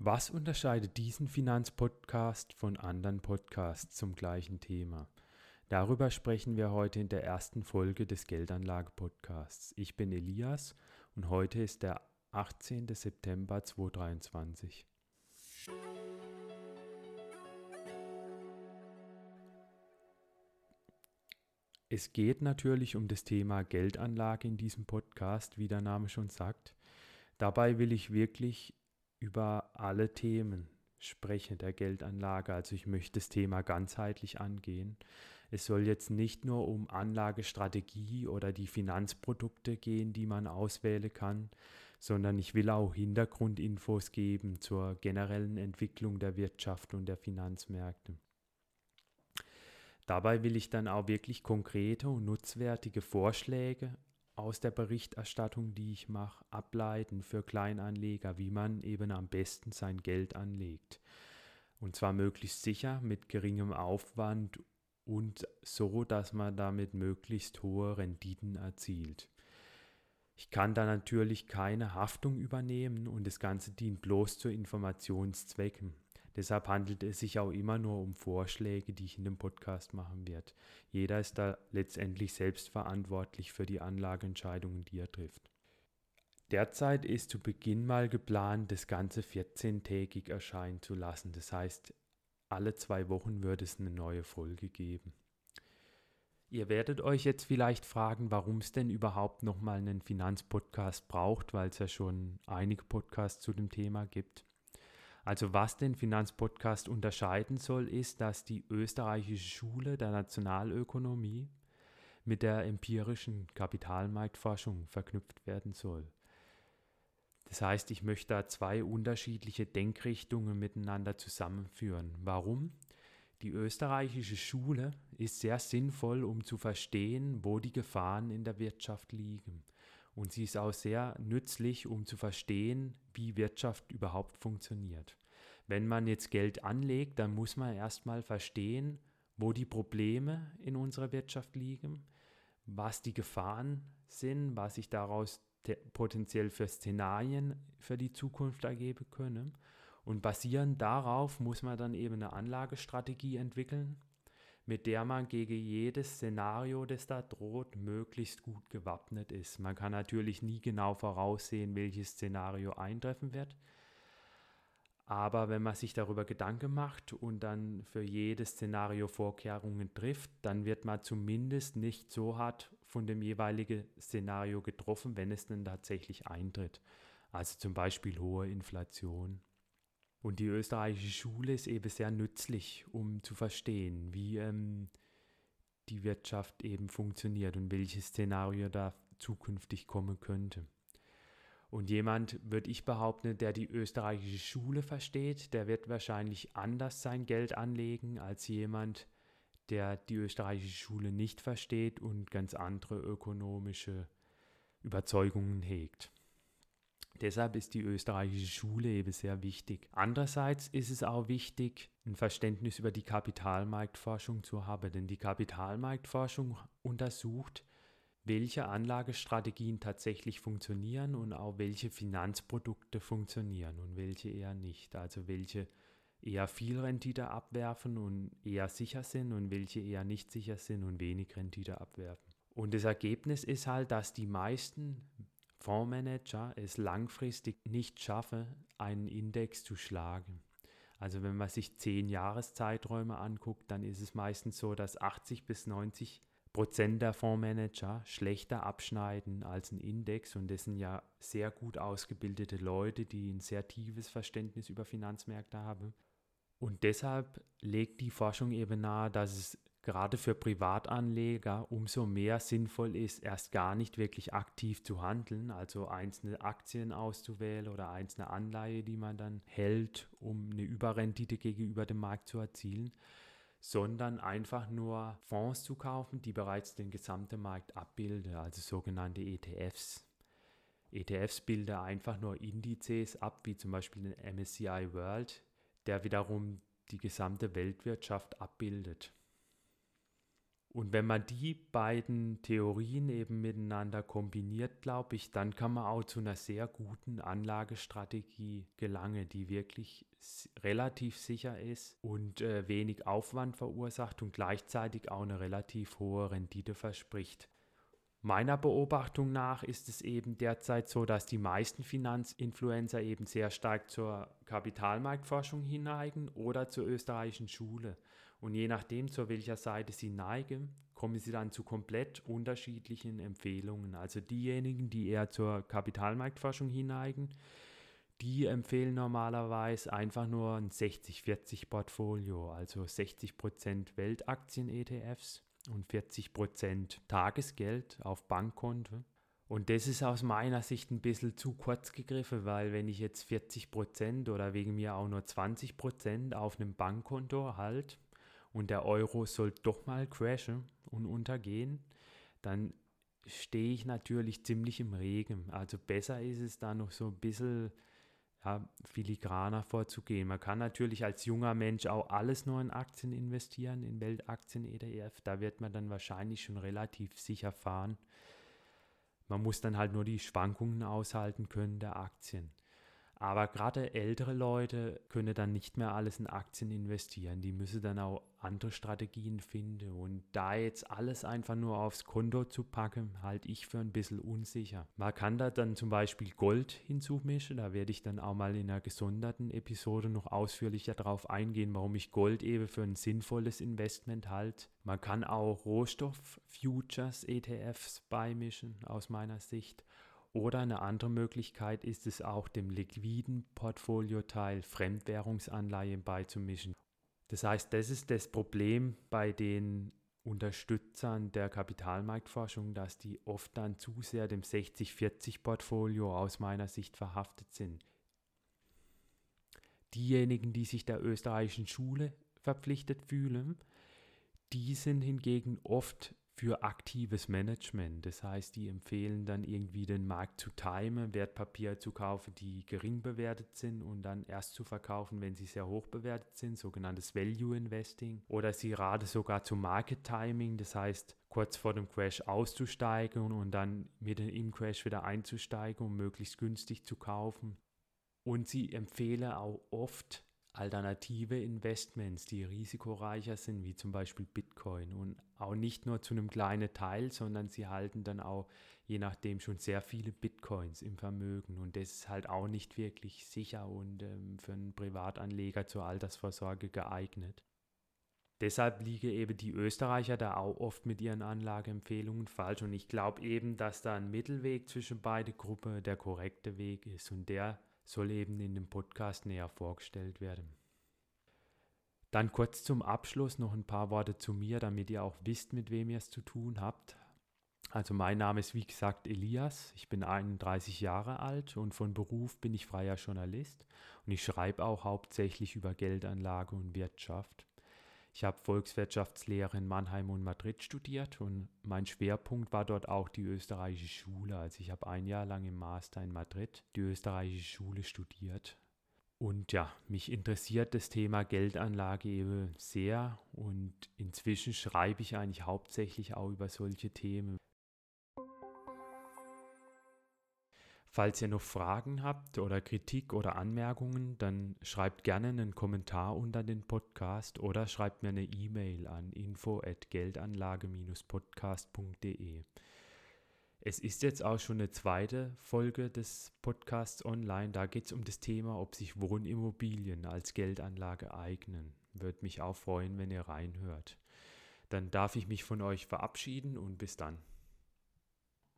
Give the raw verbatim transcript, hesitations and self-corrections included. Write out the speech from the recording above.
Was unterscheidet diesen Finanzpodcast von anderen Podcasts zum gleichen Thema? Darüber sprechen wir heute in der ersten Folge des Geldanlage-Podcasts. Ich bin Elias und heute ist der achtzehnten September zweitausenddreiundzwanzig. Es geht natürlich um das Thema Geldanlage in diesem Podcast, wie der Name schon sagt. Dabei will ich wirklich über alle Themen sprechen der Geldanlage. Also ich möchte das Thema ganzheitlich angehen. Es soll jetzt nicht nur um Anlagestrategie oder die Finanzprodukte gehen, die man auswählen kann, sondern ich will auch Hintergrundinfos geben zur generellen Entwicklung der Wirtschaft und der Finanzmärkte. Dabei will ich dann auch wirklich konkrete und nutzwertige Vorschläge aus der Berichterstattung, die ich mache, ableiten für Kleinanleger, wie man eben am besten sein Geld anlegt. Und zwar möglichst sicher, mit geringem Aufwand und so, dass man damit möglichst hohe Renditen erzielt. Ich kann da natürlich keine Haftung übernehmen und das Ganze dient bloß zu Informationszwecken. Deshalb handelt es sich auch immer nur um Vorschläge, die ich in dem Podcast machen werde. Jeder ist da letztendlich selbst verantwortlich für die Anlageentscheidungen, die er trifft. Derzeit ist zu Beginn mal geplant, das Ganze vierzehntägig erscheinen zu lassen. Das heißt, alle zwei Wochen wird es eine neue Folge geben. Ihr werdet euch jetzt vielleicht fragen, warum es denn überhaupt nochmal einen Finanzpodcast braucht, weil es ja schon einige Podcasts zu dem Thema gibt. Also was den Finanzpodcast unterscheiden soll, ist, dass die österreichische Schule der Nationalökonomie mit der empirischen Kapitalmarktforschung verknüpft werden soll. Das heißt, ich möchte da zwei unterschiedliche Denkrichtungen miteinander zusammenführen. Warum? Die österreichische Schule ist sehr sinnvoll, um zu verstehen, wo die Gefahren in der Wirtschaft liegen. Und sie ist auch sehr nützlich, um zu verstehen, wie Wirtschaft überhaupt funktioniert. Wenn man jetzt Geld anlegt, dann muss man erstmal verstehen, wo die Probleme in unserer Wirtschaft liegen, was die Gefahren sind, was sich daraus te- potenziell für Szenarien für die Zukunft ergeben können. Und basierend darauf muss man dann eben eine Anlagestrategie entwickeln, mit der man gegen jedes Szenario, das da droht, möglichst gut gewappnet ist. Man kann natürlich nie genau voraussehen, welches Szenario eintreffen wird. Aber wenn man sich darüber Gedanken macht und dann für jedes Szenario Vorkehrungen trifft, dann wird man zumindest nicht so hart von dem jeweiligen Szenario getroffen, wenn es dann tatsächlich eintritt. Also zum Beispiel hohe Inflation. Und die österreichische Schule ist eben sehr nützlich, um zu verstehen, wie ähm, die Wirtschaft eben funktioniert und welches Szenario da zukünftig kommen könnte. Und jemand, würde ich behaupten, der die österreichische Schule versteht, der wird wahrscheinlich anders sein Geld anlegen als jemand, der die österreichische Schule nicht versteht und ganz andere ökonomische Überzeugungen hegt. Deshalb ist die österreichische Schule eben sehr wichtig. Andererseits ist es auch wichtig, ein Verständnis über die Kapitalmarktforschung zu haben, denn die Kapitalmarktforschung untersucht, welche Anlagestrategien tatsächlich funktionieren und auch welche Finanzprodukte funktionieren und welche eher nicht. Also welche eher viel Rendite abwerfen und eher sicher sind und welche eher nicht sicher sind und wenig Rendite abwerfen. Und das Ergebnis ist halt, dass die meisten Fondsmanager es langfristig nicht schaffen, einen Index zu schlagen. Also wenn man sich zehn Jahreszeiträume anguckt, dann ist es meistens so, dass achtzig bis neunzig Prozent der Fondsmanager schlechter abschneiden als ein Index. Und das sind ja sehr gut ausgebildete Leute, die ein sehr tiefes Verständnis über Finanzmärkte haben. Und deshalb legt die Forschung eben nahe, dass es gerade für Privatanleger umso mehr sinnvoll ist, erst gar nicht wirklich aktiv zu handeln, also einzelne Aktien auszuwählen oder einzelne Anleihe, die man dann hält, um eine Überrendite gegenüber dem Markt zu erzielen, sondern einfach nur Fonds zu kaufen, die bereits den gesamten Markt abbilden, also sogenannte E T Fs. E T Fs bilden einfach nur Indizes ab, wie zum Beispiel den M S C I World, der wiederum die gesamte Weltwirtschaft abbildet. Und wenn man die beiden Theorien eben miteinander kombiniert, glaube ich, dann kann man auch zu einer sehr guten Anlagestrategie gelangen, die wirklich s- relativ sicher ist und äh, wenig Aufwand verursacht und gleichzeitig auch eine relativ hohe Rendite verspricht. Meiner Beobachtung nach ist es eben derzeit so, dass die meisten Finanzinfluencer eben sehr stark zur Kapitalmarktforschung hinneigen oder zur österreichischen Schule. Und je nachdem, zu welcher Seite sie neigen, kommen sie dann zu komplett unterschiedlichen Empfehlungen. Also diejenigen, die eher zur Kapitalmarktforschung hinneigen, die empfehlen normalerweise einfach nur ein sechzig vierzig Portfolio, also sechzig Prozent Weltaktien-E T Fs und vierzig Prozent Tagesgeld auf Bankkonto. Und das ist aus meiner Sicht ein bisschen zu kurz gegriffen, weil wenn ich jetzt vierzig Prozent oder wegen mir auch nur zwanzig Prozent auf einem Bankkonto halt und der Euro soll doch mal crashen und untergehen, dann stehe ich natürlich ziemlich im Regen. Also besser ist es da noch so ein bisschen ja, filigraner vorzugehen. Man kann natürlich als junger Mensch auch alles nur in Aktien investieren, in Weltaktien-E T F. Da wird man dann wahrscheinlich schon relativ sicher fahren. Man muss dann halt nur die Schwankungen aushalten können der Aktien. Aber gerade ältere Leute können dann nicht mehr alles in Aktien investieren. Die müssen dann auch andere Strategien finden. Und da jetzt alles einfach nur aufs Konto zu packen, halte ich für ein bisschen unsicher. Man kann da dann zum Beispiel Gold hinzumischen. Da werde ich dann auch mal in einer gesonderten Episode noch ausführlicher darauf eingehen, warum ich Gold eben für ein sinnvolles Investment halte. Man kann auch Rohstoff-Futures-E T Fs beimischen, aus meiner Sicht. Oder eine andere Möglichkeit ist es auch, dem liquiden Portfolioteil Fremdwährungsanleihen beizumischen. Das heißt, das ist das Problem bei den Unterstützern der Kapitalmarktforschung, dass die oft dann zu sehr dem sechzig vierzig Portfolio aus meiner Sicht verhaftet sind. Diejenigen, die sich der österreichischen Schule verpflichtet fühlen, die sind hingegen oft für aktives Management. Das heißt, die empfehlen dann irgendwie den Markt zu timen, Wertpapiere zu kaufen, die gering bewertet sind und dann erst zu verkaufen, wenn sie sehr hoch bewertet sind, sogenanntes Value Investing. Oder sie raten sogar zum Market Timing, das heißt, kurz vor dem Crash auszusteigen und dann mit im Crash wieder einzusteigen, um möglichst günstig zu kaufen. Und sie empfehlen auch oft alternative Investments, die risikoreicher sind, wie zum Beispiel Bitcoin und auch nicht nur zu einem kleinen Teil, sondern sie halten dann auch je nachdem schon sehr viele Bitcoins im Vermögen und das ist halt auch nicht wirklich sicher und ähm, für einen Privatanleger zur Altersvorsorge geeignet. Deshalb liegen eben die Österreicher da auch oft mit ihren Anlageempfehlungen falsch und ich glaube eben, dass da ein Mittelweg zwischen beide Gruppen der korrekte Weg ist und der soll eben in dem Podcast näher vorgestellt werden. Dann kurz zum Abschluss noch ein paar Worte zu mir, damit ihr auch wisst, mit wem ihr es zu tun habt. Also mein Name ist wie gesagt Elias, ich bin einunddreißig Jahre alt und von Beruf bin ich freier Journalist und ich schreibe auch hauptsächlich über Geldanlage und Wirtschaft. Ich habe Volkswirtschaftslehre in Mannheim und Madrid studiert und mein Schwerpunkt war dort auch die österreichische Schule. Also ich habe ein Jahr lang im Master in Madrid die österreichische Schule studiert. Und ja, mich interessiert das Thema Geldanlage eben sehr und inzwischen schreibe ich eigentlich hauptsächlich auch über solche Themen. Falls ihr noch Fragen habt oder Kritik oder Anmerkungen, dann schreibt gerne einen Kommentar unter den Podcast oder schreibt mir eine E-Mail an info at geldanlage Bindestrich podcast punkt de. Es ist jetzt auch schon eine zweite Folge des Podcasts online. Da geht es um das Thema, ob sich Wohnimmobilien als Geldanlage eignen. Würde mich auch freuen, wenn ihr reinhört. Dann darf ich mich von euch verabschieden und bis dann.